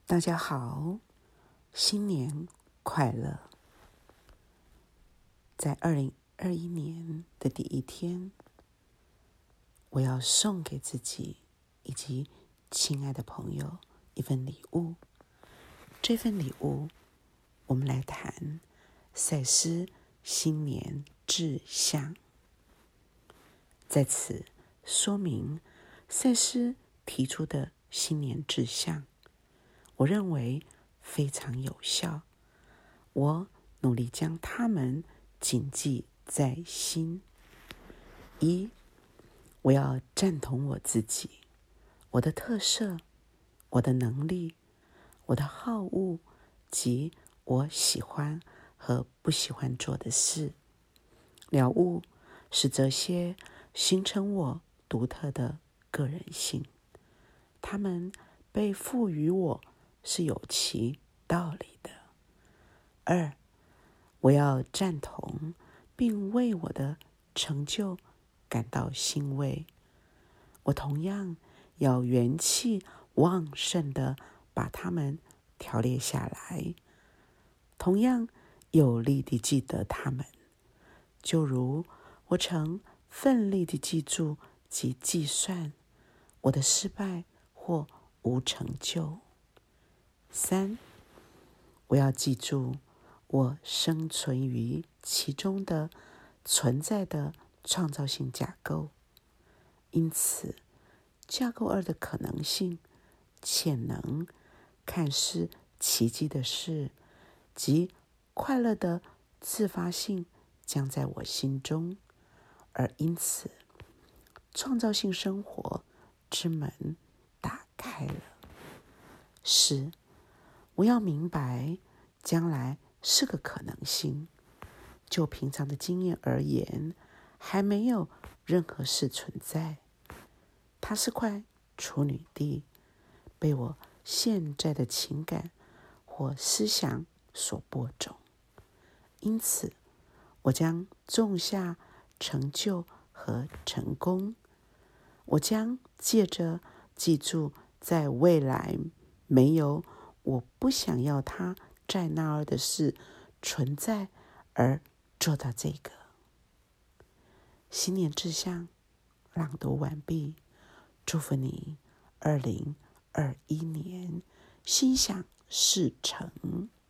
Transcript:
大家好，新年快乐！在2021年的第一天，我要送给自己以及亲爱的朋友一份礼物。这份礼物，我们来谈赛斯新年志向。在此说明赛斯提出的新年志向，我认为非常有效，我努力将它们谨记在心。一，我要赞同我自己，我的特色，我的能力，我的好恶及我喜欢和不喜欢做的事。了悟使这些形成我独特的个人性，它们被赋予我是有其道理的。二，我要赞同并为我的成就感到欣慰。我同样要元气旺盛地把它们条列下来，同样有力地记得它们，就如我曾奋力地记住及计算我的失败或无成就。三，我要记住我生存于其中的存在的创造性架构，因此架构二的可能性、潜能、看似奇迹的事及快乐的自发性将在我心中，而因此创造性生活之门打开了。四，我要明白将来是个可能性，就平常的经验而言，还没有任何事存在，它是块处女地，被我现在的情感或思想所播种，因此我将种下成就和成功。我将借着记住在未来没有我不想要它在那儿的事存在而做到这个。新年志向朗读完毕，祝福你2021年心想事成。